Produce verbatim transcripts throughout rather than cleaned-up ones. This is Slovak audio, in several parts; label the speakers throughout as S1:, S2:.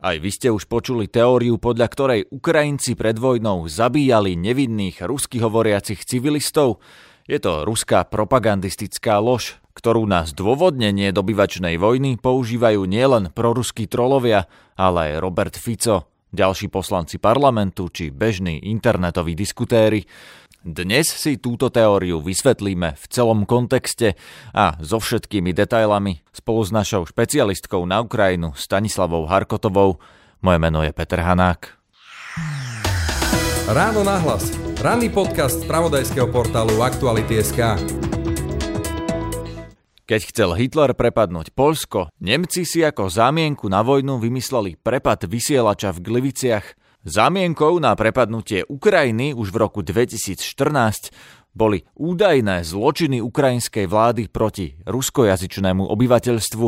S1: Aj vy ste už počuli teóriu, podľa ktorej Ukrajinci pred vojnou zabíjali nevinných rusky hovoriacich civilistov. Je to ruská propagandistická lož, ktorú na zdôvodnenie dobyvačnej vojny používajú nielen proruskí trolovia, ale aj Robert Fico, ďalší poslanci parlamentu či bežní internetoví diskutéri. Dnes si túto teóriu vysvetlíme v celom kontexte a so všetkými detailami spolu s našou špecialistkou na Ukrajinu Stanislavou Harkotovou. Moje meno je Peter Hanák.
S2: Ráno nahlas. Ranný podcast z spravodajského portálu Aktuality bodka es ká.
S1: Keď chcel Hitler prepadnúť Poľsko, Nemci si ako zámienku na vojnu vymysleli prepad vysielača v Gliviciach. Zámienkou na prepadnutie Ukrajiny už v roku dvetisícštrnásť boli údajné zločiny ukrajinskej vlády proti ruskojazyčnému obyvateľstvu.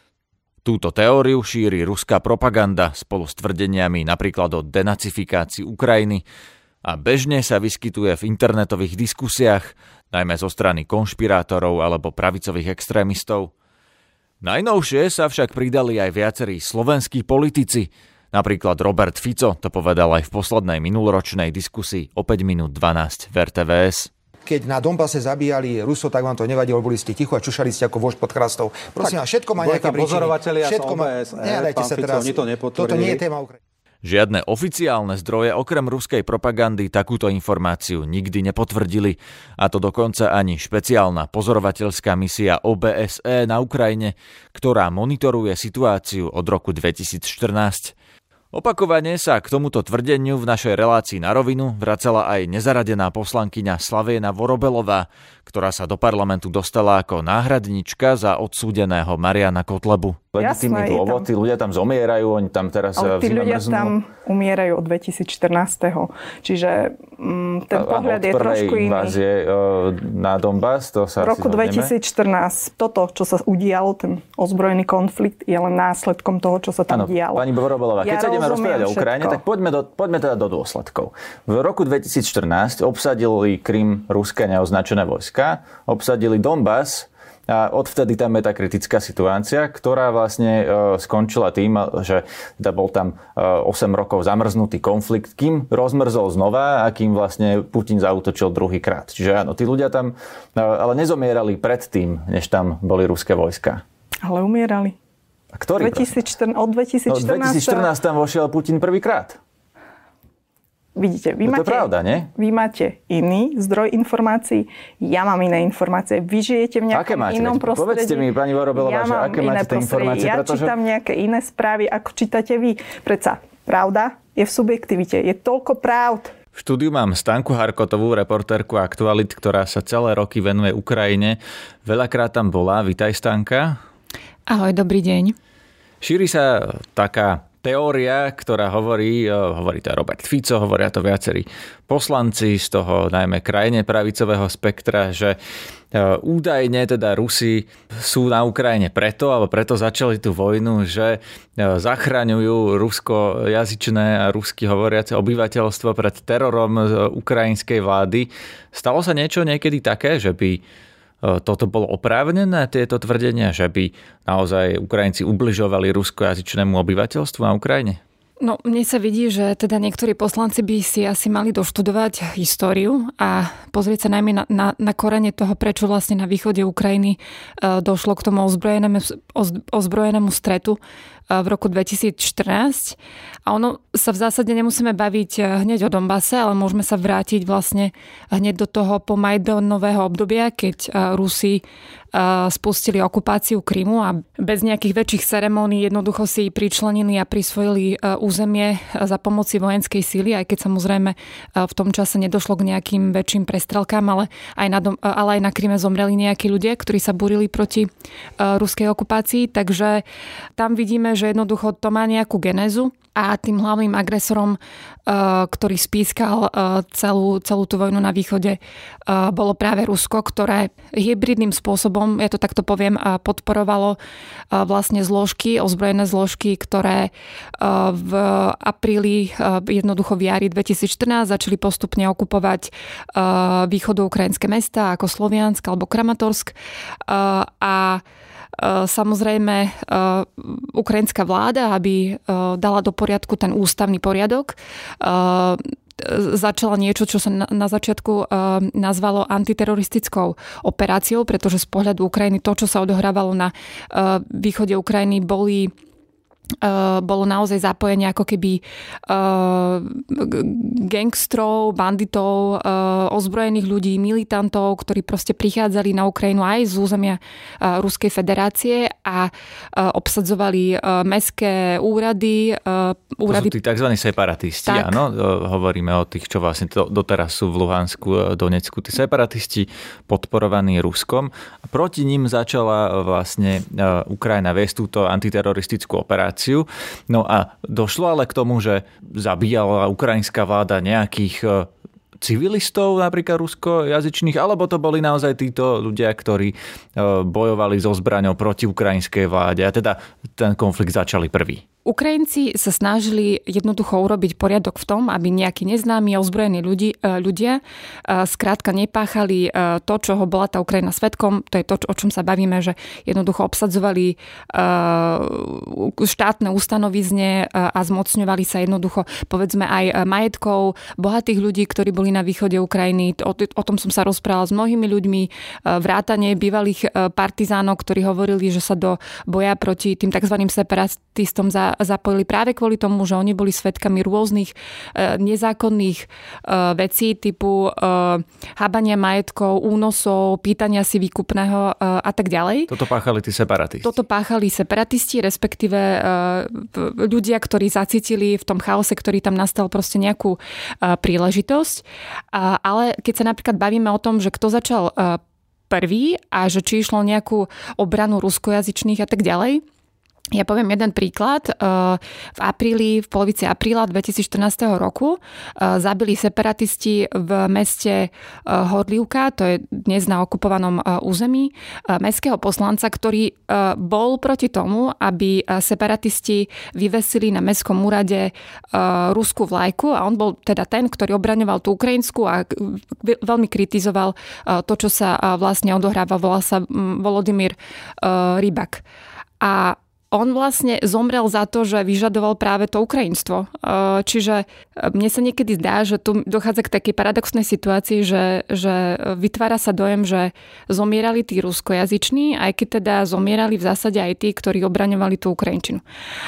S1: Túto teóriu šíri ruská propaganda spolu s tvrdeniami napríklad o denacifikácii Ukrajiny a bežne sa vyskytuje v internetových diskusiách, najmä zo strany konšpirátorov alebo pravicových extrémistov. Najnovšie sa však pridali aj viacerí slovenskí politici. Napríklad Robert Fico to povedal aj v poslednej minuloročnej diskusii o päť minút dvanásť v er té vé es.
S3: Keď na Donbase zabíjali Rusov, tak vám to nevadilo, boli ste ticho a čušali ste ako vož pod chrastou. Prosím vás, všetko má nejaké príčiny.
S4: Pozorovatelia
S3: všetko
S4: z ó bé es,
S3: má... Nehľadajte sa teraz.
S4: Fico, to
S3: toto nie je téma Ukrajiny.
S1: Žiadne oficiálne zdroje okrem ruskej propagandy takúto informáciu nikdy nepotvrdili, a to dokonca ani špeciálna pozorovateľská misia ó bé es é na Ukrajine, ktorá monitoruje situáciu od roku dvetisícštrnásť. Opakovane sa k tomuto tvrdeniu v našej relácii Na rovinu vracala aj nezaradená poslankyňa Slaviena Vorobelová, ktorá sa do parlamentu dostala ako náhradnička za odsúdeného Mariana Kotlebu.
S5: Legitímny
S1: dôvod, tí ľudia tam zomierajú, oni tam teraz
S5: ale tí ľudia
S1: mrznú.
S5: tam umierajú od dvetisícštrnásť. Čiže mm, ten pohľad je trošku iný.
S1: Invázie na Donbas, to sa
S5: v roku dvetisícštrnásť toto, čo sa udialo, ten ozbrojený konflikt, je len následkom toho, čo sa tam
S1: ano,
S5: dialo.
S1: Pani Vorobelová, keď
S5: ja
S1: sa ideme rozprávať o Ukrajine, tak poďme, do, poďme teda do dôsledkov. V roku dvetisícštrnásť obsadili Krym ruské neoznačené vojska, obsadili Donbas. A odvtedy tam je tá kritická situácia, ktorá vlastne e, skončila tým, že teda bol tam e, osem rokov zamrznutý konflikt, kým rozmrzol znova a kým vlastne Putin zaútočil druhýkrát. Čiže áno, tí ľudia tam e, ale nezomierali predtým, než tam boli ruské vojska.
S5: Ale umierali.
S1: A ktorý?
S5: dvetisícštrnásť, od dvetisícštrnásť.
S1: No, dvetisícštrnásť tam vošiel Putin prvýkrát.
S5: Vidíte, vy
S1: no
S5: máte,
S1: to je pravda, nie?
S5: Vy máte iný zdroj informácií, ja mám iné informácie. Vy žijete v nejakom
S1: máte,
S5: inom prostredí.
S1: Povedzte mi, pani Vorobelová,
S5: ja
S1: že aké máte tie informácie?
S5: Ja
S1: pretože...
S5: čítam nejaké iné správy, ako čítate vy. Predsa, pravda je v subjektivite. Je toľko pravd.
S1: V štúdiu mám Stanku Harkotovú, reportérku Aktualit, ktorá sa celé roky venuje Ukrajine. Veľakrát tam bola. Vitaj, Stanka.
S6: Ahoj, dobrý deň.
S1: Šíri sa taká teória, ktorá hovorí, hovorí to Robert Fico, hovoria to viacerí poslanci z toho najmä krajne pravicového spektra, že údajne teda Rusi sú na Ukrajine preto, alebo preto začali tú vojnu, že zachraňujú ruskojazyčné a rusky hovoriace obyvateľstvo pred terorom ukrajinskej vlády. Stalo sa niečo niekedy také, že by toto bolo oprávnené, tieto tvrdenia, že by naozaj Ukrajinci ubližovali ruskojazyčnému obyvateľstvu na Ukrajine?
S6: No, mne sa vidí, že teda niektorí poslanci by si asi mali doštudovať históriu a pozrieť sa najmä na, na, na korene toho, prečo vlastne na východe Ukrajiny došlo k tomu ozbrojenému, ozbrojenému stretu v roku dvetisícštrnásť. A ono sa v zásade nemusíme baviť hneď o Donbase, ale môžeme sa vrátiť vlastne hneď do toho pomajdanového obdobia, keď Rusi spustili okupáciu Krymu a bez nejakých väčších ceremónií jednoducho si pričlenili a prisvojili územie za pomoci vojenskej síly, aj keď samozrejme v tom čase nedošlo k nejakým väčším prestrelkám, ale aj na, dom, ale aj na Kryme zomreli nejakí ľudia, ktorí sa burili proti ruskej okupácii, takže tam vidíme, že jednoducho to má nejakú genézu. a tým hlavným agresorom, ktorý spískal celú, celú tú vojnu na východe, bolo práve Rusko, ktoré hybridným spôsobom, ja to takto poviem, podporovalo vlastne zložky, ozbrojené zložky, ktoré v apríli, jednoducho v jari dvetisícštrnásť začali postupne okupovať východoukrajinské mestá ako Sloviansk alebo Kramatorsk a samozrejme ukrajinská vláda, aby dala do poriadku ten ústavný poriadok, začala niečo, čo sa na začiatku nazvalo antiteroristickou operáciou, pretože z pohľadu Ukrajiny to, čo sa odohrávalo na východe Ukrajiny, boli bolo naozaj zapojenie ako keby uh, gangstrov, banditov, uh, ozbrojených ľudí, militantov, ktorí proste prichádzali na Ukrajinu aj z územia uh, Ruskej federácie a uh, obsadzovali uh, mestské úrady. Uh, úrady...
S1: To sú tí tzv. Separatisti, tak. Áno? Hovoríme o tých, čo vlastne to, doteraz sú v Luhansku, Donecku. Tí separatisti podporovaní Ruskom. A proti ním začala vlastne uh, Ukrajina viesť túto antiteroristickú operáciu. No a došlo ale k tomu, že zabíjala ukrajinská vláda nejakých civilistov, napríklad ruskojazyčných, alebo to boli naozaj títo ľudia, ktorí bojovali so zbraňou proti ukrajinskej vláde a teda ten konflikt začali prvý.
S6: Ukrajinci sa snažili jednoducho urobiť poriadok v tom, aby nejakí neznámi ozbrojení ľudí, ľudia skrátka nepáchali to, čoho bola tá Ukrajina svedkom. To je to, o čom sa bavíme, že jednoducho obsadzovali štátne ustanovizne a zmocňovali sa jednoducho, povedzme, aj majetkov bohatých ľudí, ktorí boli na východe Ukrajiny. O, o tom som sa rozprával s mnohými ľuďmi, vrátane bývalých partizánov, ktorí hovorili, že sa do boja proti tým tzv. Separatistom za zapojili práve kvôli tomu, že oni boli svedkami rôznych e, nezákonných e, vecí typu e, hábania majetkov, únosov, pýtania si výkupného e, a tak ďalej.
S1: Toto páchali tí separatisti.
S6: Toto páchali separatisti, respektíve e, ľudia, ktorí zacítili v tom chaose, ktorý tam nastal, proste nejakú e, príležitosť. A, ale keď sa napríklad bavíme o tom, že kto začal e, prvý a že či išlo nejakú obranu ruskojazyčných a tak ďalej. Ja poviem jeden príklad. V apríli, v polovici apríla dvetisícštrnásť roku zabili separatisti v meste Horlivka, to je dnes na okupovanom území, mestského poslanca, ktorý bol proti tomu, aby separatisti vyvesili na mestskom úrade ruskú vlajku a on bol teda ten, ktorý obraňoval tú ukrajinskú a veľmi kritizoval to, čo sa vlastne odohráva. Volal sa Volodymyr Rybak. A on vlastne zomrel za to, že vyžadoval práve to ukrajinstvo. Čiže mne sa niekedy zdá, že tu dochádza k takej paradoxnej situácii, že, že vytvára sa dojem, že zomierali tí ruskojazyční, aj keď teda zomierali v zásade aj tí, ktorí obraňovali tú ukrajinčinu.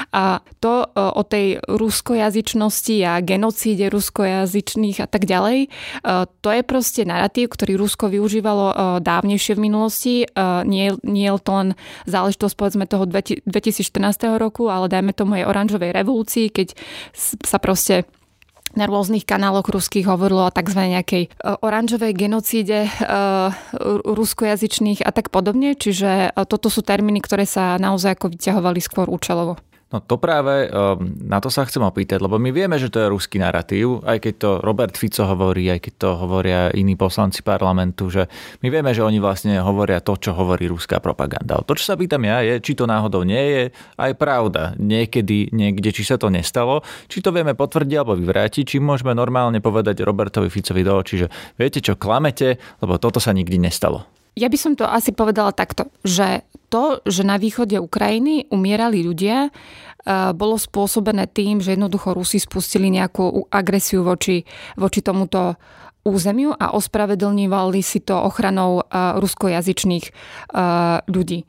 S6: A to o tej ruskojazyčnosti a genocíde ruskojazyčných a tak ďalej, to je proste narratív, ktorý Rusko využívalo dávnejšie v minulosti. Nie, nie je to len záležitosť, povedzme, toho dvetisícštrnásť roku, ale dajme tomu aj oranžovej revolúcii, keď sa proste na rôznych kanáloch ruských hovorilo o tzv. Nejakej oranžovej genocíde ruskojazyčných a tak podobne. Čiže toto sú termíny, ktoré sa naozaj ako vyťahovali skôr účelovo.
S1: No to práve, na to sa chcem opýtať, lebo my vieme, že to je ruský narratív, aj keď to Robert Fico hovorí, aj keď to hovoria iní poslanci parlamentu, že my vieme, že oni vlastne hovoria to, čo hovorí ruská propaganda. To, čo sa pýtam ja, je, či to náhodou nie je aj pravda. Niekedy, niekde, či sa to nestalo, či to vieme potvrdiť alebo vyvrátiť, či môžeme normálne povedať Robertovi Ficovi do očí, že viete čo, klamete, lebo toto sa nikdy nestalo.
S6: Ja by som to asi povedala takto, že to, že na východe Ukrajiny umierali ľudia, bolo spôsobené tým, že jednoducho Rusi spustili nejakú agresiu voči, voči tomuto územiu a ospravedlňovali si to ochranou ruskojazyčných ľudí.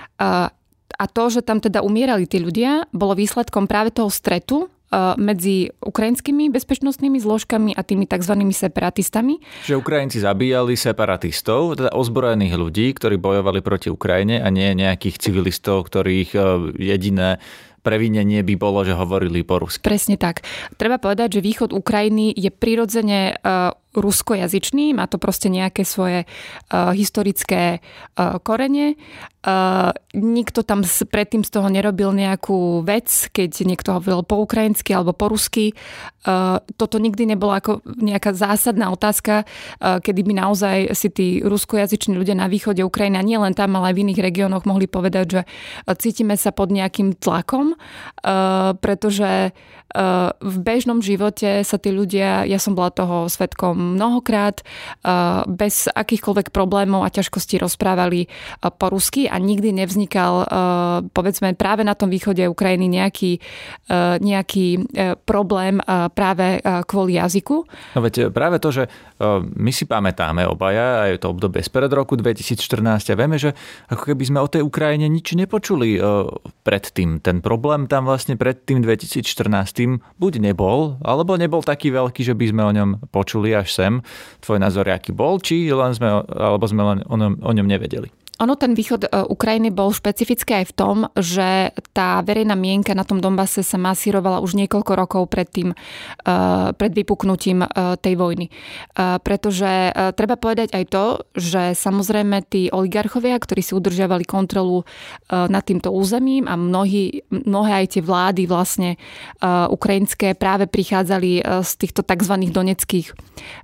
S6: A to, že tam teda umierali tí ľudia, bolo výsledkom práve toho stretu medzi ukrajinskými bezpečnostnými zložkami a tými tzv. Separatistami.
S1: Že Ukrajinci zabíjali separatistov, teda ozbrojených ľudí, ktorí bojovali proti Ukrajine a nie nejakých civilistov, ktorých jediné previnenie by bolo, že hovorili po rusky.
S6: Presne tak. Treba povedať, že východ Ukrajiny je prirodzene ruskojazyčný, má to proste nejaké svoje uh, historické uh, korene. Uh, nikto tam predtým z toho nerobil nejakú vec, keď niekto hovoril po ukrajinsky alebo po rusky. Uh, toto nikdy nebola ako nejaká zásadná otázka, uh, kedy by naozaj si tí ruskojazyční ľudia na východe Ukrajiny, nie len tam, ale aj v iných regiónoch mohli povedať, že cítime sa pod nejakým tlakom, uh, pretože uh, v bežnom živote sa tí ľudia, ja som bola toho svedkom mnohokrát, uh, bez akýchkoľvek problémov a ťažkostí rozprávali uh, po rusky a nikdy nevznikal, povedzme, práve na tom východe Ukrajiny nejaký, nejaký problém práve kvôli jazyku.
S1: No veď práve to, že my si pamätáme obaja aj to obdobie spred roku dvetisícštrnásť a vieme, že ako keby sme o tej Ukrajine nič nepočuli predtým. Ten problém tam vlastne pred tým dvetisícštrnásť buď nebol, alebo nebol taký veľký, že by sme o ňom počuli až sem. Tvoj názor aký bol, či len sme, alebo sme len o ňom, o ňom nevedeli?
S6: Ono, ten východ Ukrajiny bol špecifický aj v tom, že tá verejná mienka na tom Donbase sa masírovala už niekoľko rokov pred tým, pred vypuknutím tej vojny. Pretože treba povedať aj to, že samozrejme tí oligarchovia, ktorí si udržiavali kontrolu nad týmto územím a mnohí, mnohé aj tie vlády vlastne ukrajinské práve prichádzali z týchto tzv. Doneckých,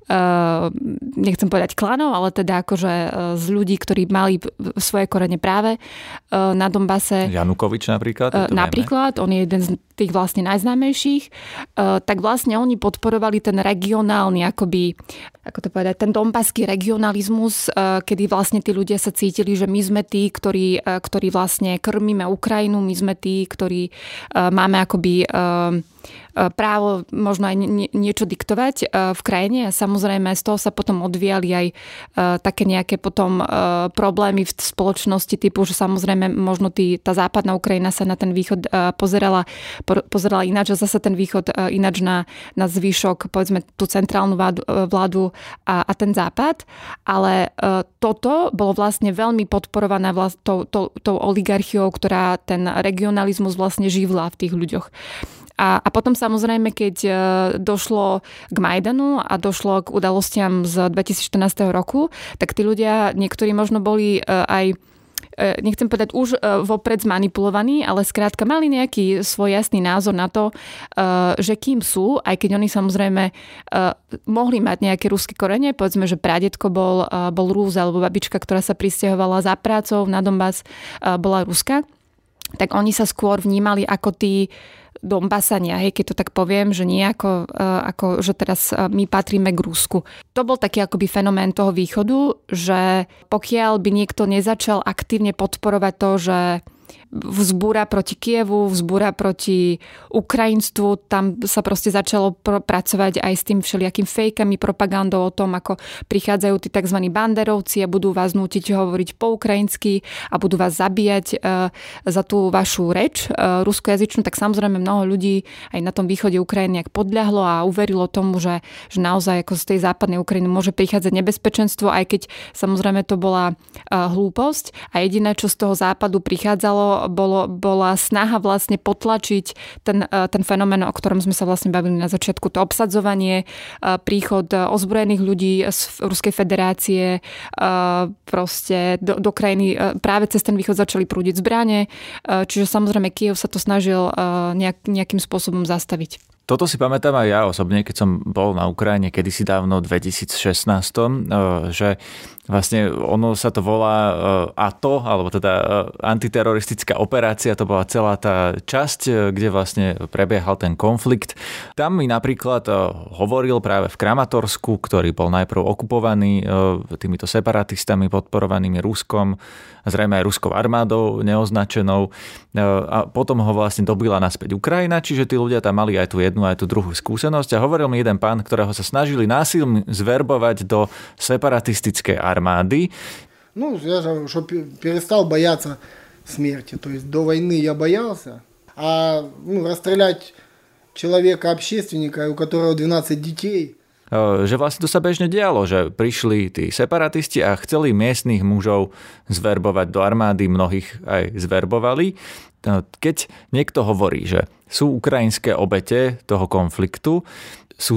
S6: nechcem povedať klanov, ale teda akože z ľudí, ktorí mali svoje korene práve na Donbase.
S1: Janukovič napríklad.
S6: Napríklad, on je jeden z tých vlastne najznámejších. Tak vlastne oni podporovali ten regionálny, akoby, ako to povedať, ten donbaský regionalizmus, kedy vlastne tí ľudia sa cítili, že my sme tí, ktorí, ktorí vlastne krmíme Ukrajinu, my sme tí, ktorí máme akoby právo možno aj niečo diktovať v krajine a samozrejme z toho sa potom odvíjali aj také nejaké potom problémy v spoločnosti typu, že samozrejme možno tý, tá západná Ukrajina sa na ten východ pozerala, pozerala ináč a zase ten východ ináč na, na zvyšok, povedzme tú centrálnu vládu, vládu a, a ten západ, ale toto bolo vlastne veľmi podporované vlast, tou, tou, tou oligarchiou, ktorá ten regionalizmus vlastne živla v tých ľuďoch. A, a potom samozrejme, keď došlo k Majdanu a došlo k udalostiam z dvetisícštrnásť roku, tak tí ľudia, niektorí možno boli aj, nechcem povedať už vopred zmanipulovaní, ale skrátka mali nejaký svoj jasný názor na to, že kým sú, aj keď oni samozrejme mohli mať nejaké ruské korene, povedzme, že pradedko bol, bol Rus alebo babička, ktorá sa prisťahovala za prácou na Donbas, bola Ruska, tak oni sa skôr vnímali ako tí Donbasania, hej, keď to tak poviem, že nie ako, ako že teraz my patríme k Rusku. To bol taký akoby fenomén toho východu, že pokiaľ by niekto nezačal aktívne podporovať to, že vzbúra proti Kievu, vzbúra proti ukrajinstvu, tam sa proste začalo pr- pracovať aj s tým všelijakým fejkami, propagandou o tom, ako prichádzajú tí tzv. Banderovci a budú vás nútiť hovoriť po ukrajinsky a budú vás zabíjať uh, za tú vašu reč uh, ruskojazyčnú, tak samozrejme mnoho ľudí aj na tom východe Ukrajiny nejak podľahlo a uverilo tomu, že, že naozaj ako z tej západnej Ukrajiny môže prichádzať nebezpečenstvo, aj keď samozrejme to bola uh, hlúposť a jediné, čo z toho západu prichádzalo, Bolo, bola snaha vlastne potlačiť ten, ten fenomén, o ktorom sme sa vlastne bavili na začiatku, to obsadzovanie, príchod ozbrojených ľudí z Ruskej federácie proste do, do krajiny, práve cez ten východ začali prúdiť zbrane, čiže samozrejme Kyjev sa to snažil nejak, nejakým spôsobom zastaviť.
S1: Toto si pamätám aj ja osobne, keď som bol na Ukrajine kedysi dávno v dvetisícšestnásť, že vlastne ono sa to volá á té ó, alebo teda antiteroristická operácia, to bola celá tá časť, kde vlastne prebiehal ten konflikt. Tam mi napríklad hovoril práve v Kramatorsku, ktorý bol najprv okupovaný týmito separatistami podporovanými Ruskom, zrejme aj ruskou armádou neoznačenou a potom ho vlastne dobila naspäť Ukrajina, čiže tí ľudia tam mali aj tú jednu, aj tú druhú skúsenosť a hovoril mi jeden pán, ktorého sa snažili násilím zverbovať do separatistickej armády.
S4: Ну, я же что перестал бояться смерти, то есть до войны я боялся, а ну, расстрелять человека, общественника, у которого двенадцать детей,
S1: že vlastne to sa bežne dialo, že prišli tí separatisti a chceli miestnych mužov zverbovať do armády, mnohých aj zverbovali. Keď niekto hovorí, že sú ukrajinské obete toho konfliktu, sú to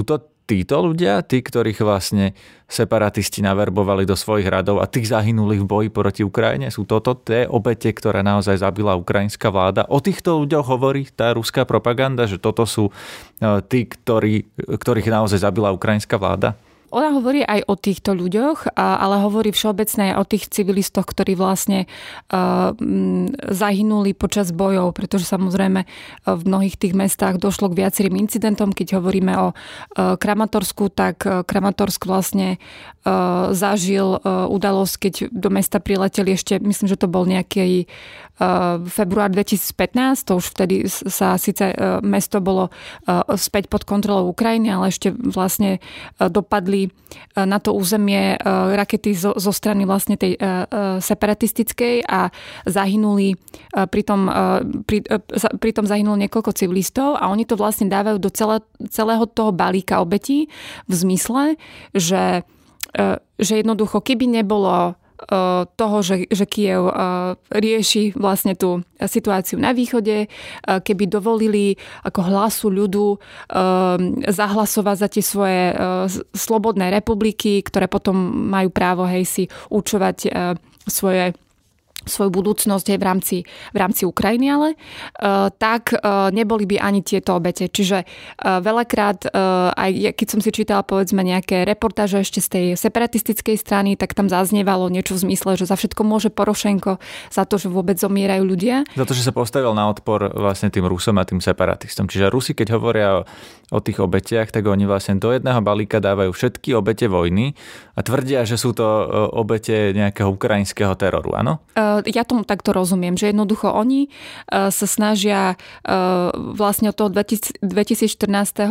S1: títo ľudia, tí, ktorých vlastne separatisti naverbovali do svojich radov a tých zahynuli v boji proti Ukrajine? Sú toto tie obete, ktoré naozaj zabila ukrajinská vláda? O týchto ľuďoch hovorí tá ruská propaganda, že toto sú tí, ktorí, ktorých naozaj zabila ukrajinská vláda?
S6: Ona hovorí aj o týchto ľuďoch, ale hovorí všeobecne aj o tých civilistoch, ktorí vlastne uh, zahynuli počas bojov, pretože samozrejme v mnohých tých mestách došlo k viacerým incidentom. Keď hovoríme o uh, Kramatorsku, tak uh, Kramatorsk vlastne uh, zažil uh, udalosť, keď do mesta prileteli ešte, myslím, že to bol nejaký uh, február dvetisícpätnásť, to už vtedy sa síce uh, mesto bolo uh, späť pod kontrolou Ukrajiny, ale ešte vlastne uh, dopadli na to územie rakety zo, zo strany vlastne tej separatistickej a zahynuli pritom, pri, pritom zahynulo niekoľko civilistov a oni to vlastne dávajú do celé, celého toho balíka obetí v zmysle, že, že jednoducho keby nebolo toho, že, že Kyjev rieši vlastne tú situáciu na východe, keby dovolili ako hlasu ľudu zahlasovať za tie svoje slobodné republiky, ktoré potom majú právo, hej, si určovať svoje svoju budúcnosť aj v rámci, v rámci Ukrajiny, ale uh, tak uh, neboli by ani tieto obete. Čiže uh, veľakrát, uh, aj keď som si čítala povedzme nejaké reportáže ešte z tej separatistickej strany, tak tam zaznievalo niečo v zmysle, že za všetko môže Porošenko, za to, že vôbec zomierajú ľudia.
S1: Za to, že sa postavil na odpor vlastne tým Rusom a tým separatistom. Čiže Rusi, keď hovoria o, o tých obetiach, tak oni vlastne do jedného balíka dávajú všetky obete vojny a tvrdia, že sú to obete nejakého ukrajinského teroru, áno?
S6: Uh, Ja tomu takto rozumiem, že jednoducho oni sa snažia vlastne od toho dvetisícštrnásť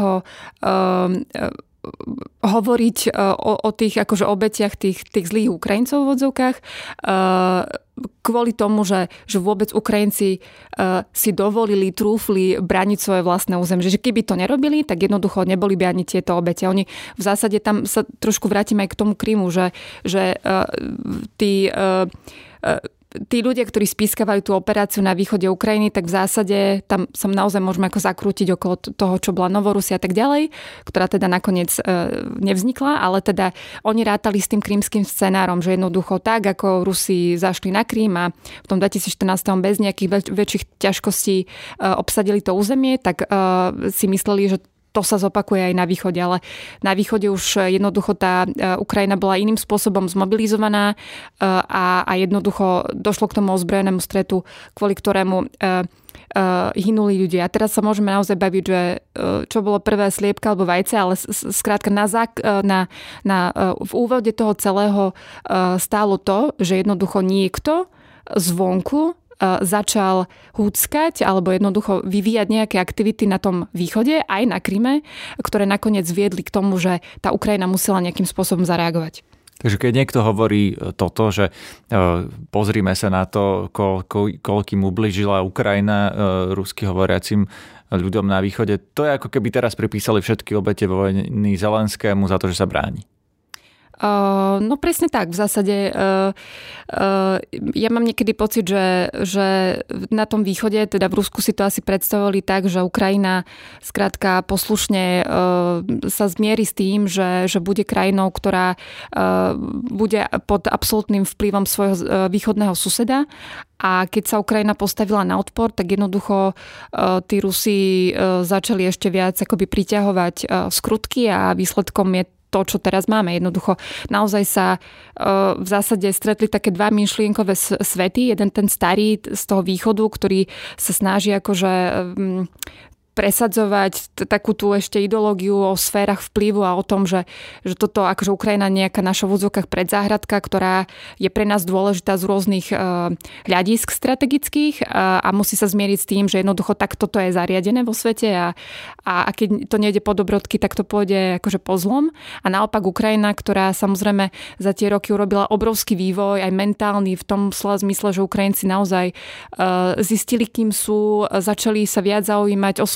S6: hovoriť o, o tých akože obetiach tých, tých zlých Ukrajincov v odzovkách kvôli tomu, že, že vôbec Ukrajinci si dovolili, trúfli braniť svoje vlastné územie. Že keby to nerobili, tak jednoducho neboli by ani tieto obete. Oni v zásade tam sa trošku vrátime aj k tomu Krymu, že, že tí tí ľudia, ktorí spískavajú tú operáciu na východe Ukrajiny, tak v zásade tam sa naozaj môžeme ako zakrútiť okolo toho, čo bola Novorusia a tak ďalej, ktorá teda nakoniec e, nevznikla, ale teda oni rátali s tým krymským scenárom, že jednoducho tak, ako Rusi zašli na Krym a v tom dvetisícštrnásť bez nejakých väč- väčších ťažkostí e, obsadili to územie, tak e, si mysleli, že to sa zopakuje aj na východe, ale na východe už jednoducho tá Ukrajina bola iným spôsobom zmobilizovaná a, a jednoducho došlo k tomu ozbrojenému stretu, kvôli ktorému hynuli ľudia. A teraz sa môžeme naozaj baviť, že čo bolo prvé, sliepka alebo vajce, ale skrátka na, na, na, v úvode toho celého stálo to, že jednoducho niekto zvonku začal húckať alebo jednoducho vyvíjať nejaké aktivity na tom východe, aj na Kryme, ktoré nakoniec viedli k tomu, že tá Ukrajina musela nejakým spôsobom zareagovať.
S1: Takže keď niekto hovorí toto, že pozrime sa na to, koľko, koľkým ublížila Ukrajina rusky hovoriacim ľuďom na východe, to je ako keby teraz pripísali všetky obete vojny Zelenskému za to, že sa bráni.
S6: Uh, no presne tak, v zásade uh, uh, ja mám niekedy pocit, že, že na tom východe, teda v Rusku si to asi predstavovali tak, že Ukrajina skrátka poslušne uh, sa zmierí s tým, že, že bude krajinou, ktorá uh, bude pod absolútnym vplyvom svojho uh, východného suseda. A keď sa Ukrajina postavila na odpor, tak jednoducho uh, tí Rusi uh, začali ešte viac akoby priťahovať uh, skrutky a výsledkom je to, čo teraz máme. Jednoducho naozaj sa uh, v zásade stretli také dva myšlienkové svety. Jeden ten starý z toho východu, ktorý sa snaží akože um, presadzovať t- takú tú ešte ideológiu o sférach vplyvu a o tom, že, že toto akože Ukrajina nejaká naša v úvodzovkách predzáhradka, ktorá je pre nás dôležitá z rôznych uh, hľadisk strategických uh, a musí sa zmieriť s tým, že jednoducho tak toto je zariadené vo svete a, a, a keď to nejde po dobrodky, tak to pôjde akože po zlom. A naopak Ukrajina, ktorá samozrejme za tie roky urobila obrovský vývoj, aj mentálny v tom zmysle, že Ukrajinci naozaj uh, zistili, kým sú, začali sa viac zaujímať o svoje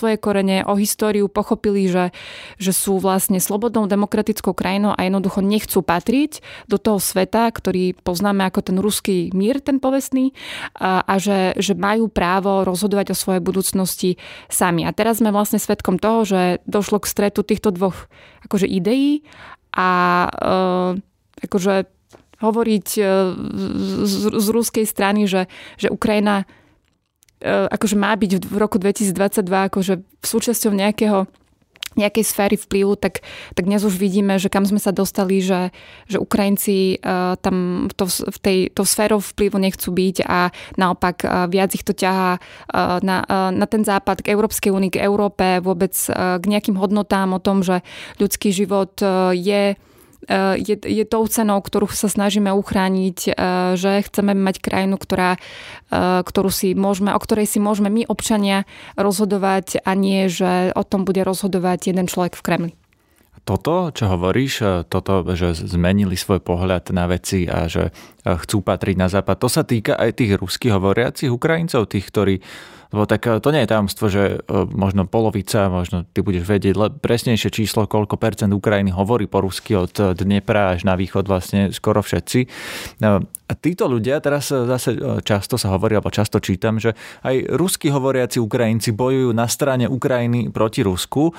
S6: svoje korene, o históriu, pochopili, že, že sú vlastne slobodnou demokratickou krajinou a jednoducho nechcú patriť do toho sveta, ktorý poznáme ako ten ruský mír, ten povestný, a, a že, že majú právo rozhodovať o svojej budúcnosti sami. A teraz sme vlastne svedkom toho, že došlo k stretu týchto dvoch akože ideí a e, akože hovoriť e, z, z ruskej strany, že, že Ukrajina e, akože má byť v roku dvetisícdvadsaťdva akože súčasťou nejakého nejakej sféry vplyvu, tak, tak dnes už vidíme, že kam sme sa dostali, že, že Ukrajinci uh, tam to, v tej, to sférou vplyvu nechcú byť a naopak uh, viac ich to ťahá uh, na, uh, na ten západ, k Európskej únii, k Európe, vôbec uh, k nejakým hodnotám o tom, že ľudský život uh, je Je, je tou cenou, ktorú sa snažíme uchrániť, že chceme mať krajinu, ktorá, ktorú si môžeme, o ktorej si môžeme my občania rozhodovať a nie, že o tom bude rozhodovať jeden človek v Kremli.
S1: Toto, čo hovoríš, toto, že zmenili svoj pohľad na veci a že chcú patriť na západ, to sa týka aj tých rusky hovoriacich Ukrajincov, tých, ktorí lebo tak to nie je tajomstvo, že možno polovica, možno ty budeš vedieť presnejšie číslo, koľko percent Ukrajiny hovorí po rusky od Dnepra až na východ, vlastne skoro všetci. A títo ľudia, teraz zase často sa hovorí, alebo často čítam, že aj rusky hovoriaci Ukrajinci bojujú na strane Ukrajiny proti Rusku.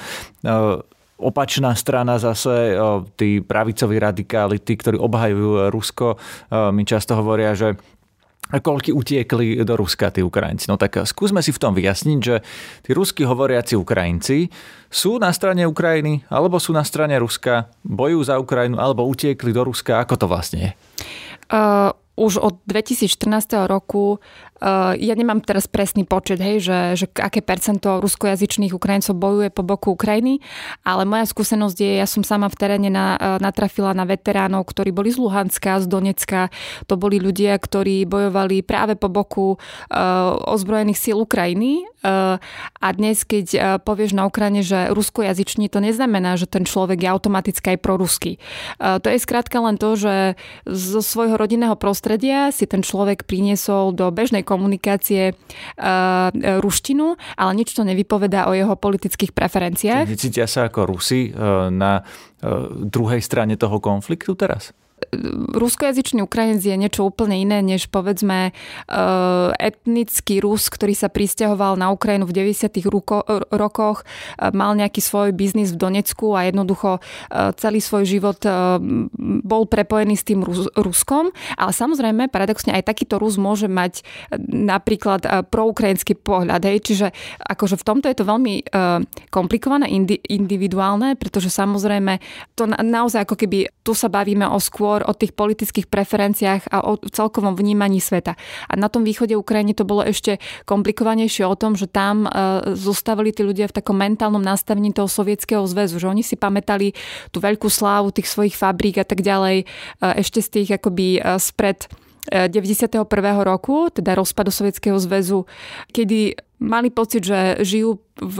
S1: Opačná strana zase, tí pravicoví radikáli, tí, ktorí obhajujú Rusko, mi často hovoria, že koľky utiekli do Ruska tí Ukrajinci. No tak skúsme si v tom vyjasniť, že tí rusky hovoriaci Ukrajinci sú na strane Ukrajiny, alebo sú na strane Ruska, bojujú za Ukrajinu, alebo utiekli do Ruska. Ako to vlastne je?
S6: Uh, už od dvetisícštrnásť roku Uh, ja nemám teraz presný počet, hej, že, že aké percento ruskojazyčných Ukrajincov bojuje po boku Ukrajiny, ale moja skúsenosť je, ja som sama v teréne na, uh, natrafila na veteránov, ktorí boli z Luhanska, z Donecka. To boli ľudia, ktorí bojovali práve po boku uh, ozbrojených síl Ukrajiny. Uh, a dnes, keď uh, povieš na Ukrajine, že ruskojazyčný, to neznamená, že ten človek je automaticky aj proruský. Uh, to je skrátka len to, že zo svojho rodinného prostredia si ten človek priniesol do bežnej komunikácie uh, ruštinu, ale nič to nevypovedá o jeho politických preferenciách.
S1: Necítia sa ako Rusi uh, na uh, druhej strane toho konfliktu teraz?
S6: Ruskojazyčný Ukrajinec je niečo úplne iné, než povedzme etnický Rus, ktorý sa prisťahoval na Ukrajinu v deväťdesiatych rokoch, mal nejaký svoj biznis v Donecku a jednoducho celý svoj život bol prepojený s tým Ruskom. Ale samozrejme, paradoxne aj takýto Rus môže mať napríklad proukrajinský pohľad. Hej. Čiže akože v tomto je to veľmi komplikované, individuálne, pretože samozrejme to naozaj ako keby tu sa bavíme o skôr o tých politických preferenciách a o celkovom vnímaní sveta. A na tom východe Ukrajiny to bolo ešte komplikovanejšie o tom, že tam zostávali tí ľudia v takom mentálnom nastavení toho Sovietskeho zväzu, že oni si pamätali tú veľkú slávu tých svojich fabrík a tak ďalej ešte z tých akoby spred deväťdesiateho prvého roku, teda rozpadu Sovietskeho zväzu, kedy mali pocit, že žijú v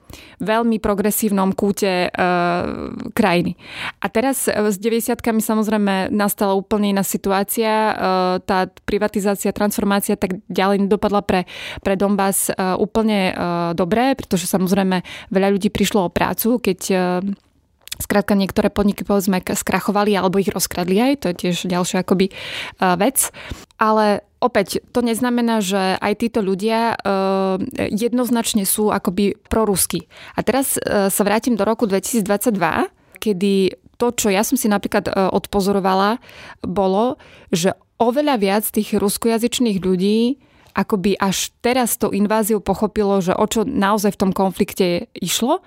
S6: veľmi progresívnom kúte e, krajiny. A teraz s deväťdesiatkami samozrejme nastala úplne iná situácia. E, tá privatizácia, transformácia tak ďalej nedopadla pre, pre Donbas e, úplne e, dobre, pretože samozrejme veľa ľudí prišlo o prácu, keď e, skrátka niektoré podniky povedzme skrachovali alebo ich rozkradli aj, to je tiež ďalšia akoby uh, vec. Ale opäť, to neznamená, že aj títo ľudia uh, jednoznačne sú akoby proruskí. A teraz uh, sa vrátim do roku dvetisícdvadsaťdva, kedy to, čo ja som si napríklad uh, odpozorovala, bolo, že oveľa viac tých ruskojazyčných ľudí akoby až teraz tou inváziou pochopilo, že o čo naozaj v tom konflikte išlo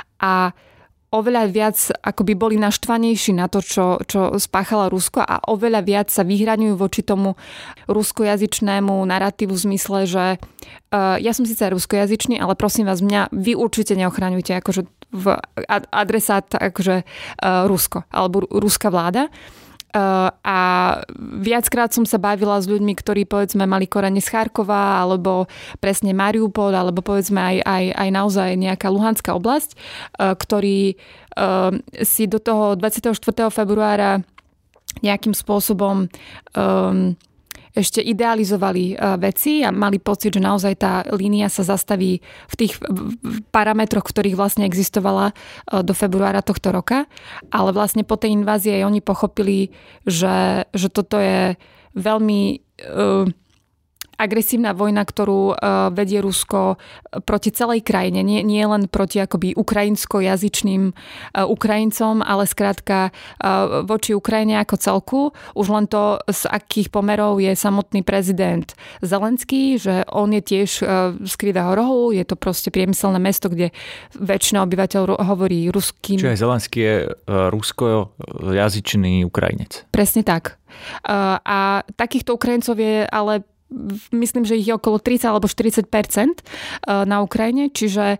S6: a oveľa viac akoby boli naštvanejší na to, čo, čo spáchala Rusko a oveľa viac sa vyhraňujú voči tomu ruskojazyčnému narratívu v zmysle, že uh, ja som síce ruskojazyčný, ale prosím vás, mňa vy určite neochraňujte akože v adresát akože uh, Rusko alebo ruská vláda. Uh, a viackrát som sa bavila s ľuďmi, ktorí povedzme mali korene z Charkova alebo presne Mariupol alebo povedzme aj, aj, aj naozaj nejaká Luhanská oblasť, uh, ktorí uh, si do toho dvadsiateho štvrtého februára nejakým spôsobom um, ešte idealizovali veci a mali pocit, že naozaj tá línia sa zastaví v tých parametroch, v ktorých vlastne existovala do februára tohto roka. Ale vlastne po tej invázii aj oni pochopili, že, že toto je veľmi uh, agresívna vojna, ktorú uh, vedie Rusko proti celej krajine. Nie, nie len proti akoby ukrajinsko-jazyčným uh, Ukrajincom, ale skrátka uh, voči Ukrajine ako celku. Už len to, z akých pomerov je samotný prezident Zelenský, že on je tiež uh, z Krivého rohu. Je to proste priemyselné mesto, kde väčšina obyvateľ hovorí ruským.
S1: Čiže Zelenský je uh, rusko-jazyčný Ukrajinec.
S6: Presne tak. Uh, a takýchto Ukrajincov je ale myslím, že ich je okolo tridsať alebo štyridsať percent na Ukrajine, čiže,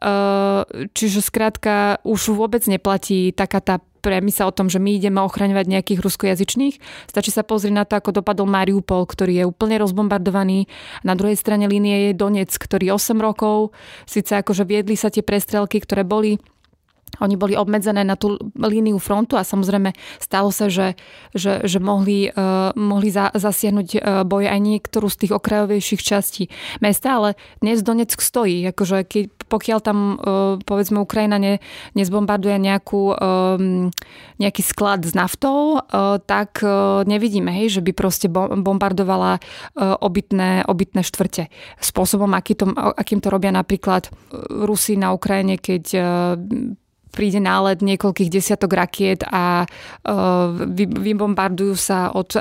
S6: čiže skrátka už vôbec neplatí taká tá premisa o tom, že my ideme ochraňovať nejakých ruskojazyčných. Stačí sa pozrieť na to, ako dopadol Mariupol, ktorý je úplne rozbombardovaný. Na druhej strane línie je Donetsk, ktorý osem rokov, síce akože viedli sa tie prestrelky, ktoré boli Oni boli obmedzené na tú líniu frontu a samozrejme stalo sa, že, že, že mohli, uh, mohli za, zasiahnuť uh, boj aj niektorú z tých okrajovejších častí mesta, ale dnes Donetsk stojí. Akože keď, pokiaľ tam uh, povedzme Ukrajina ne, nezbombarduje nejakú, um, nejaký sklad s naftou, uh, tak uh, nevidíme, hej, že by proste bombardovala uh, obytné, obytné štvrte. Spôsobom, aký to, akým to robia napríklad Rusi na Ukrajine, keď uh, príde nálet niekoľkých desiatok rakiet a uh, vy, vybombardujú sa od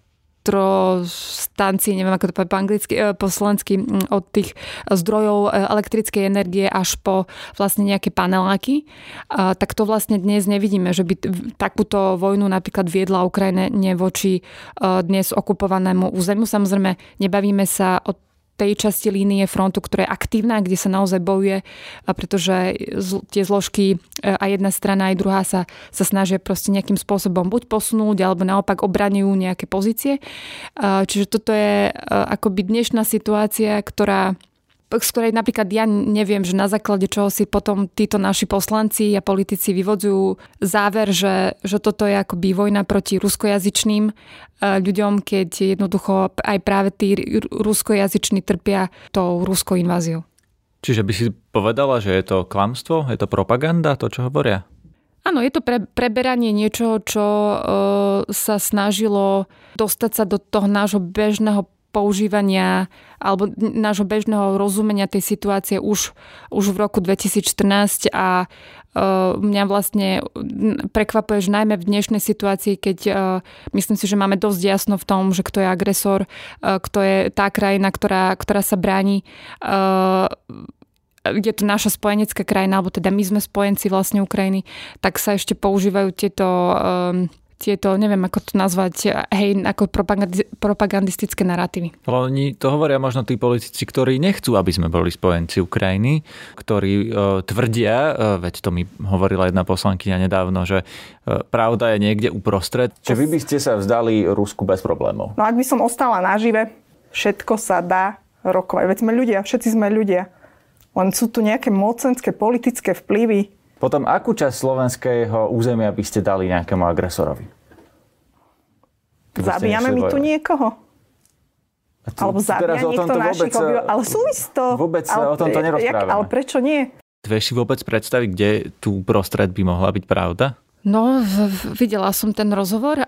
S6: elektrostancií, neviem ako to poviem po anglicky, po slovensky, od tých zdrojov elektrickej energie až po vlastne nejaké paneláky. Uh, tak to vlastne dnes nevidíme, že by takúto vojnu napríklad viedla Ukrajina voči uh, dnes okupovanému územiu. Samozrejme, nebavíme sa o tej časti línie frontu, ktorá je aktívna, kde sa naozaj bojuje, pretože tie zložky aj jedna strana, aj druhá sa, sa snažia proste nejakým spôsobom buď posunúť, alebo naopak obraňujú nejaké pozície. Čiže toto je akoby dnešná situácia, ktorá z ktorej napríklad ja neviem, že na základe čoho si potom títo naši poslanci a politici vyvodzujú záver, že, že toto je akoby vojna proti ruskojazyčným ľuďom, keď jednoducho aj práve tí ruskojazyční trpia tou ruskou inváziou.
S1: Čiže by si povedala, že je to klamstvo, je to propaganda, to, čo hovoria?
S6: Áno, je to pre, preberanie niečoho, čo e, sa snažilo dostať sa do toho nášho bežného používania alebo nášho bežného rozumenia tej situácie už, už v roku dvetisícštrnásť a uh, mňa vlastne prekvapuje, že najmä v dnešnej situácii, keď uh, myslím si, že máme dosť jasno v tom, že kto je agresor, uh, kto je tá krajina, ktorá, ktorá sa bráni, uh, je to naša spojenecká krajina, alebo teda my sme spojenci vlastne Ukrajiny, tak sa ešte používajú tieto um, tieto, neviem ako to nazvať, hej, ako propagandistické naratívy.
S1: Ale oni to hovoria možno tí politici, ktorí nechcú, aby sme boli spojenci Ukrajiny, ktorí uh, tvrdia, uh, veď to mi hovorila jedna poslankyňa nedávno, že uh, pravda je niekde uprostred. Čiže vy by ste sa vzdali Rusku bez problémov?
S5: No ak by som ostala nažive, všetko sa dá rokovať. Veď sme ľudia, všetci sme ľudia. Len sú tu nejaké mocenské, politické vplyvy.
S1: Potom akú časť slovenského územia by ste dali nejakému agresorovi?
S5: Zabíjame my tu niekoho?
S1: Tu,
S5: Alebo zabíja niekto našich obyvateľov? Ale súvisí to.
S1: Vôbec sa o tomto nerozprávame.
S5: Ale prečo nie?
S1: Vieš si vôbec predstaviť, kde tu prostred by mohla byť pravda?
S6: No, videla som ten rozhovor.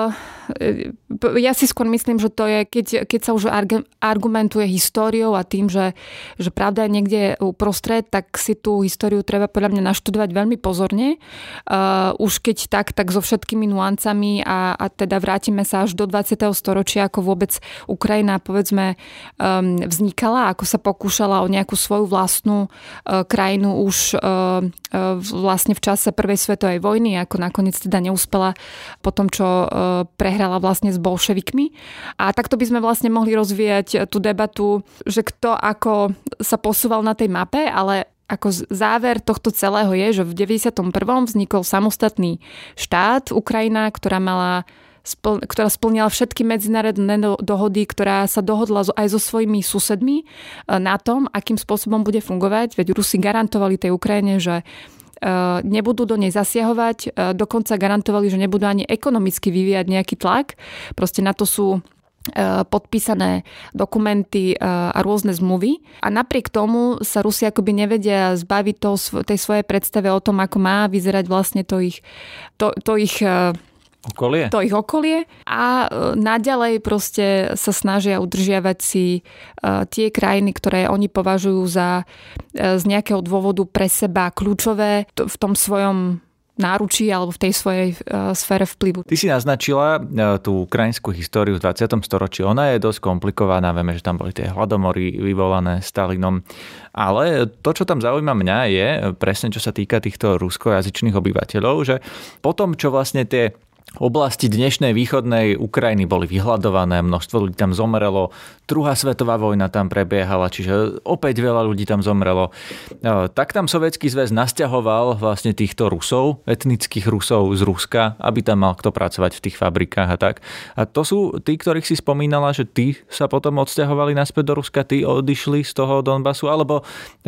S6: Ja si skôr myslím, že to je, keď, keď sa už argumentuje históriou a tým, že, že pravda je niekde uprostred, tak si tú históriu treba podľa mňa naštudovať veľmi pozorne. Už keď tak, tak so všetkými nuancami a, a teda vrátime sa až do dvadsiateho storočia, ako vôbec Ukrajina, povedzme, vznikala, ako sa pokúšala o nejakú svoju vlastnú krajinu už vlastne v čase prvej svetovej vojny, ako nakoniec teda neúspela po tom, čo prehrala vlastne s bolševikmi. A takto by sme vlastne mohli rozvíjať tú debatu, že kto ako sa posúval na tej mape, ale ako záver tohto celého je, že v deväťdesiatom prvom vznikol samostatný štát Ukrajina, ktorá mala ktorá splnila všetky medzinárodné dohody, ktorá sa dohodla aj so svojimi susedmi na tom, akým spôsobom bude fungovať. Veď Rusi garantovali tej Ukrajine, že nebudú do nej zasiahovať, dokonca garantovali, že nebudú ani ekonomicky vyvíjať nejaký tlak. Proste na to sú podpísané dokumenty a rôzne zmluvy. A napriek tomu sa Rusi akoby nevedia zbaviť to, tej svojej predstave o tom, ako má vyzerať vlastne to ich, to, to ich
S1: okolie.
S6: To ich okolie a naďalej proste sa snažia udržiavať si tie krajiny, ktoré oni považujú za z nejakého dôvodu pre seba kľúčové v tom svojom náručí alebo v tej svojej uh, sfére vplyvu.
S1: Ty si naznačila uh, tú ukrajinskú históriu v dvadsiatom storočí. Ona je dosť komplikovaná. Vieme, že tam boli tie hladomory vyvolané Stalinom. Ale to, čo tam zaujíma mňa, je presne, čo sa týka týchto ruskojazyčných obyvateľov, že potom, čo vlastne tie oblasti dnešnej východnej Ukrajiny boli vyhľadované, množstvo ľudí tam zomrelo, druhá svetová vojna tam prebiehala, čiže opäť veľa ľudí tam zomrelo. Tak tam Sovietsky zväz nasťahoval vlastne týchto Rusov, etnických Rusov z Ruska, aby tam mal kto pracovať v tých fabrikách a tak. A to sú tí, ktorých si spomínala, že tí sa potom odsťahovali naspäť do Ruska, tí odišli z toho Donbasu, alebo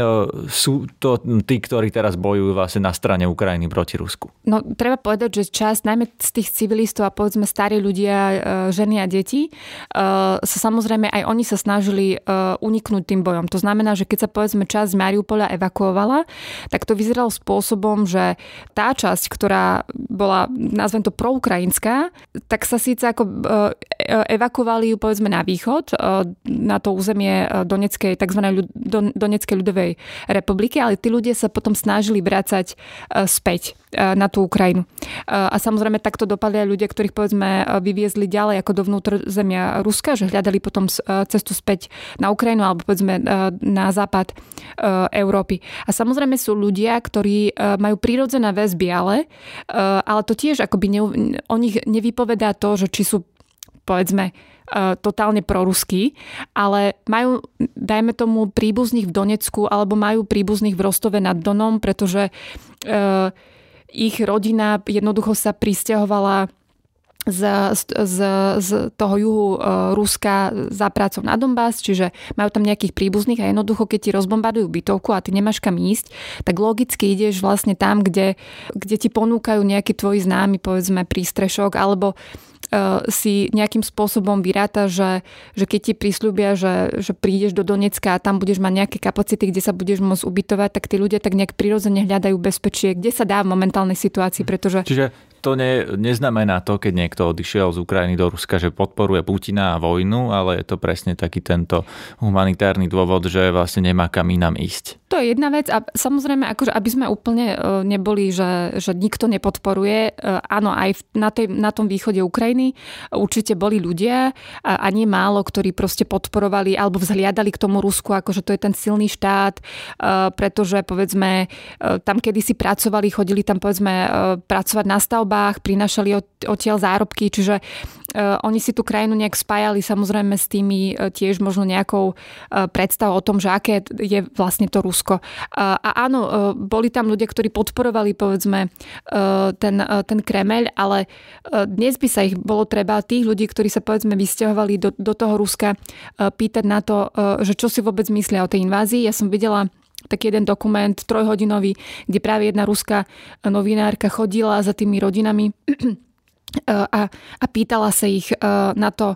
S1: sú to tí, ktorí teraz bojujú vlastne na strane Ukrajiny proti Rusku?
S6: No, treba povedať, že časť najmä z tých civilistov a povedzme starí ľudia, ženy a deti, sa samozrejme aj oni sa snažili uniknúť tým bojom. To znamená, že keď sa povedzme časť Mariupoľa evakuovala, tak to vyzeralo spôsobom, že tá časť, ktorá bola, nazvem to proukrajinská, tak sa síce ako evakuovali ju povedzme na východ, na to územie Donetskej, tzv. Donetskej ľudovej republiky, ale tí ľudia sa potom snažili vracať späť na tú Ukrajinu. A samozrejme takto dopadli aj ľudia, ktorých povedzme vyviezli ďalej ako do vnútrozemia Ruska, že hľadali potom cestu späť na Ukrajinu alebo povedzme na západ Európy. A samozrejme sú ľudia, ktorí majú prírodzené väzby, ale, ale to tiež akoby ne, o nich nevypovedá to, že či sú povedzme totálne proruskí, ale majú, dajme tomu, príbuzných v Donecku alebo majú príbuzných v Rostove nad Donom, pretože ich rodina jednoducho sa prisťahovala z, z, z toho juhu Ruska za prácou na Donbas, čiže majú tam nejakých príbuzných a jednoducho, keď ti rozbombardujú bytovku a ty nemáš kam ísť, tak logicky ideš vlastne tam, kde, kde ti ponúkajú nejaký tvoj známy, povedzme, prístrešok, alebo si nejakým spôsobom vyráta, že, že keď ti prisľúbia, že, že prídeš do Donecka a tam budeš mať nejaké kapacity, kde sa budeš môcť ubytovať, tak tí ľudia tak nejak prirodzene hľadajú bezpečie, kde sa dá v momentálnej situácii, pretože... Čiže
S1: to ne, neznamená to, keď niekto odišiel z Ukrajiny do Ruska, že podporuje Putina a vojnu, ale je to presne taký tento humanitárny dôvod, že vlastne nemá kam inám ísť.
S6: To je jedna vec a samozrejme, akože aby sme úplne neboli, že, že nikto nepodporuje, áno, aj na, tej, na tom východe Ukrajiny určite boli ľudia a nie málo, ktorí proste podporovali alebo vzhliadali k tomu Rusku, akože to je ten silný štát, pretože povedzme tam kedysi pracovali, chodili tam povedzme pracovať na stavbách, prinašali odtiaľ zárobky, čiže oni si tú krajinu nejak spájali samozrejme s tými tiež možno nejakou predstavou o tom, že aké je vlastne to Rusko. A áno, boli tam ľudia, ktorí podporovali povedzme ten, ten Kremeľ, ale dnes by sa ich bolo treba tých ľudí, ktorí sa povedzme vysťahovali do, do toho Ruska, pýtať na to, že čo si vôbec myslia o tej invázii. Ja som videla taký jeden dokument trojhodinový, kde práve jedna ruská novinárka chodila za tými rodinami a, a pýtala sa ich na to,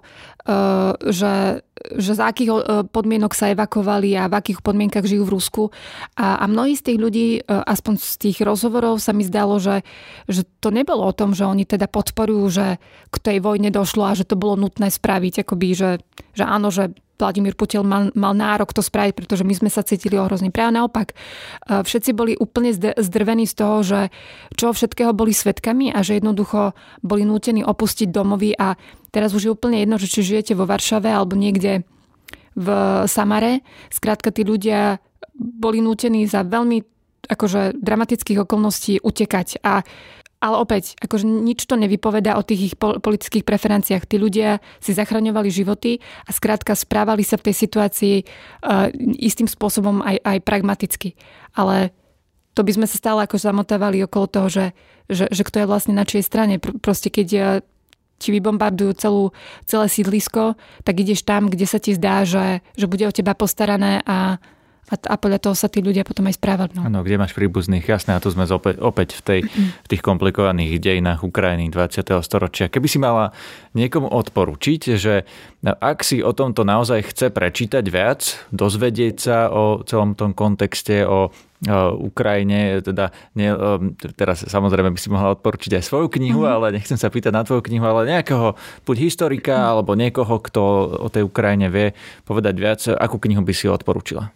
S6: že, že za akých podmienok sa evakovali a v akých podmienkach žijú v Rusku. A, a mnohí z tých ľudí, aspoň z tých rozhovorov sa mi zdalo, že, že to nebolo o tom, že oni teda podporujú, že k tej vojne došlo a že to bolo nutné spraviť. Akoby, že, že áno, že Vladimír Putin mal, mal nárok to spraviť, pretože my sme sa cítili ohrození. Práve naopak, všetci boli úplne zdrvení z toho, že čo všetkého boli svedkami a že jednoducho boli nútení opustiť domovy a teraz už je úplne jedno, že či žijete vo Varšave alebo niekde v Samare. Skrátka, tí ľudia boli nútení za veľmi akože dramatických okolností utekať a ale opäť, akože nič to nevypovedá o tých ich politických preferenciách. Tí ľudia si zachraňovali životy a skrátka správali sa v tej situácii uh, istým spôsobom aj, aj pragmaticky. Ale to by sme sa stále ako zamotávali okolo toho, že, že, že kto je vlastne na čej strane. Proste keď ti vybombardujú celú, celé sídlisko, tak ideš tam, kde sa ti zdá, že, že bude o teba postarané a A, a podľa toho sa tí ľudia potom aj správali. No.
S1: Áno, kde máš príbuzných, jasné, a tu sme opäť, opäť v, tej, v tých komplikovaných dejinách Ukrajiny dvadsiateho storočia. Keby si mala niekomu odporučiť, že ak si o tomto naozaj chce prečítať viac, dozvedieť sa o celom tom kontexte, o Ukrajine, teda nie, teraz samozrejme by si mohla odporučiť aj svoju knihu, mm-hmm. ale nechcem sa pýtať na tvoju knihu, ale nejakého buď historika, mm-hmm. alebo niekoho, kto o tej Ukrajine vie povedať viac, akú knihu by si odporúčila?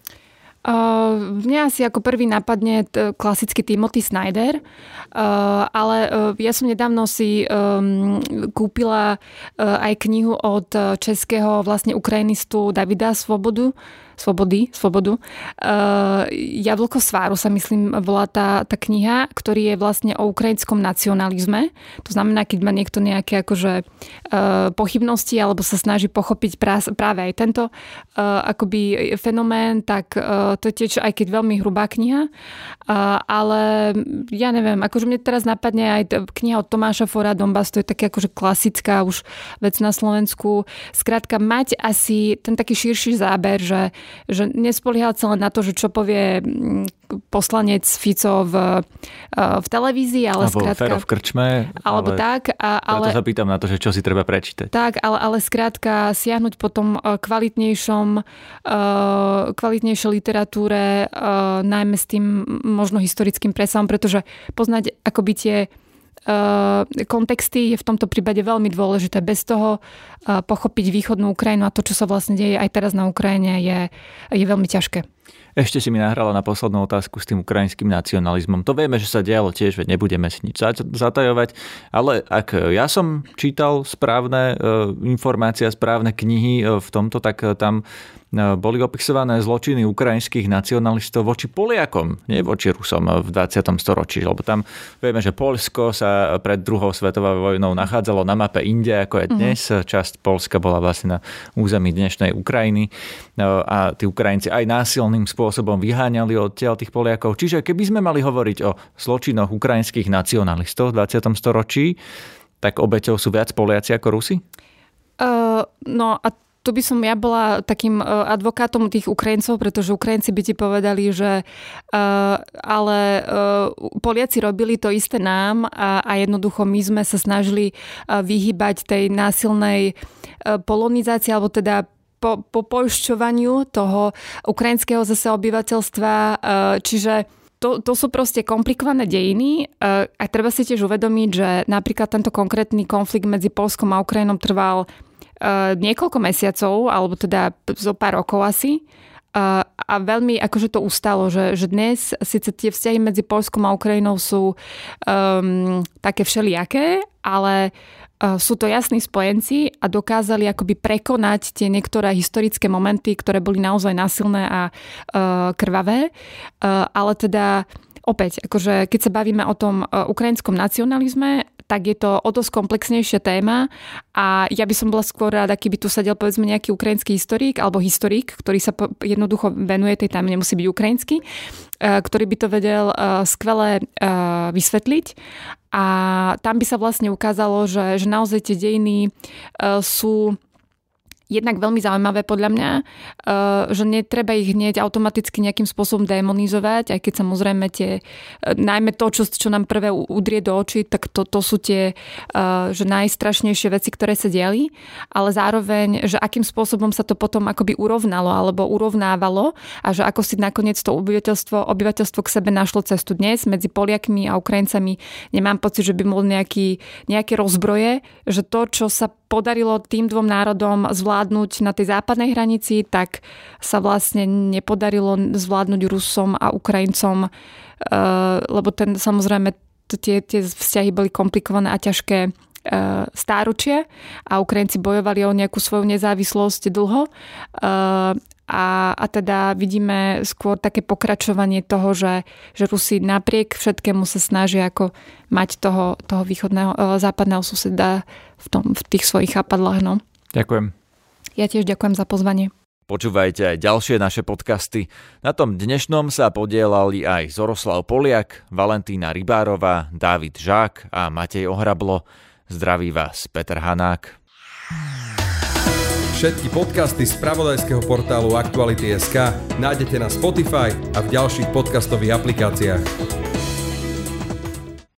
S6: Uh, mňa asi ako prvý napadne t- klasický Timothy Snyder, uh, ale uh, ja som nedávno si um, kúpila uh, aj knihu od českého vlastne ukrajinistu Davida Svobodu, Svobody, Svobodu. Uh, Jablko sváru sa myslím volá tá, tá kniha, ktorý je vlastne o ukrajinskom nacionalizme. To znamená, keď má niekto nejaké akože uh, pochybnosti alebo sa snaží pochopiť prá, práve aj tento uh, akoby fenomén, tak uh, to je tiež aj keď veľmi hrubá kniha. Uh, ale ja neviem, akože mne teraz napadne aj t- kniha od Tomáša Fora Donbas, to je také akože klasická už vec na Slovensku. Skrátka mať asi ten taký širší záber, že že nespoliehať sa len na to, že čo povie poslanec Fico v, v televízii, ale
S1: alebo
S6: skrátka...
S1: Fero v krčme.
S6: Alebo
S1: ale,
S6: tak. A, ale,
S1: preto sa pýtam na to, že čo si treba prečítať.
S6: Tak, ale, ale skrátka siahnuť potom kvalitnejšom, kvalitnejšej literatúre, najmä s tým možno historickým presahom, pretože poznať akoby tie kontexty je v tomto prípade veľmi dôležité. Bez toho pochopiť východnú Ukrajinu a to, čo sa vlastne deje aj teraz na Ukrajine, je, je veľmi ťažké.
S1: Ešte si mi nahrala na poslednú otázku s tým ukrajinským nacionalizmom. To vieme, že sa dialo tiež, veď nebudeme si nič zatajovať, ale ak ja som čítal správne informácie a správne knihy v tomto, tak tam boli opisované zločiny ukrajinských nacionalistov voči Poliakom, nie voči Rusom v dvadsiatom storočí, lebo tam vieme, že Poľsko sa pred druhou svetovou vojnou nachádzalo na mape inde, ako je dnes. Mm-hmm. Časť Poľska bola vlastne na území dnešnej Ukrajiny a tí Ukrajinci aj násilným spôsobom vyháňali odtiaľ tých Poliakov. Čiže keby sme mali hovoriť o zločinoch ukrajinských nacionalistov v dvadsiatom storočí, tak obeťou sú viac Poliaci ako Rusi?
S6: Uh, no a tu by som ja bola takým advokátom tých Ukrajincov, pretože Ukrajinci by ti povedali, že uh, ale uh, Poliaci robili to isté nám a, a jednoducho my sme sa snažili uh, vyhýbať tej násilnej uh, polonizácii, alebo teda po, po poľšťovaniu toho ukrajinského zase obyvateľstva. Uh, čiže To, to sú proste komplikované dejiny a treba si tiež uvedomiť, že napríklad tento konkrétny konflikt medzi Poľskom a Ukrajinou trval uh, niekoľko mesiacov, alebo teda zo pár rokov asi. Uh, a veľmi akože to ustalo, že, že dnes síce tie vzťahy medzi Poľskom a Ukrajinou sú um, také všelijaké, ale sú to jasní spojenci a dokázali akoby prekonať tie niektoré historické momenty, ktoré boli naozaj násilné a uh, krvavé. Uh, ale teda opäť, akože keď sa bavíme o tom uh, ukrajinskom nacionalizme, tak je to o dosť komplexnejšia téma a ja by som bola skôr rada, keby tu sedel povedzme nejaký ukrajinský historik alebo historik, ktorý sa po, jednoducho venuje tej téme, nemusí byť ukrajinský, uh, ktorý by to vedel uh, skvele uh, vysvetliť. A tam by sa vlastne ukázalo, že, že naozaj tie dejiny uh, sú jednak veľmi zaujímavé podľa mňa, že netreba ich hneď automaticky nejakým spôsobom demonizovať, aj keď samozrejme tie, najmä to, čo, čo nám prvé udrie do očí, tak to, to sú tie že najstrašnejšie veci, ktoré sa diali, ale zároveň, že akým spôsobom sa to potom akoby urovnalo alebo urovnávalo a že ako si nakoniec to obyvateľstvo, obyvateľstvo k sebe našlo cestu dnes medzi Poliakmi a Ukrajincami. Nemám pocit, že by bol nejaký, nejaké rozbroje, že to, čo sa podarilo tým dvom národom zvládnuť na tej západnej hranici, tak sa vlastne nepodarilo zvládnuť Rusom a Ukrajincom, lebo ten samozrejme tie, tie vzťahy boli komplikované a ťažké stáročie a Ukrajinci bojovali o nejakú svoju nezávislosť dlho. A, a teda vidíme skôr také pokračovanie toho, že, že Rusi napriek všetkému sa snažia ako mať toho, toho východného, západného suseda v, tom, v tých svojich chápadlách. No.
S1: Ďakujem.
S6: Ja tiež ďakujem za pozvanie.
S1: Počúvajte aj ďalšie naše podcasty. Na tom dnešnom sa podielali aj Zoroslav Poliak, Valentína Rybárová, Dávid Žák a Matej Ohrablo. Zdraví vás Peter Hanák.
S2: Všetky podcasty z spravodajského portálu Aktuality bodka es ká nájdete na Spotify a v ďalších podcastových aplikáciách.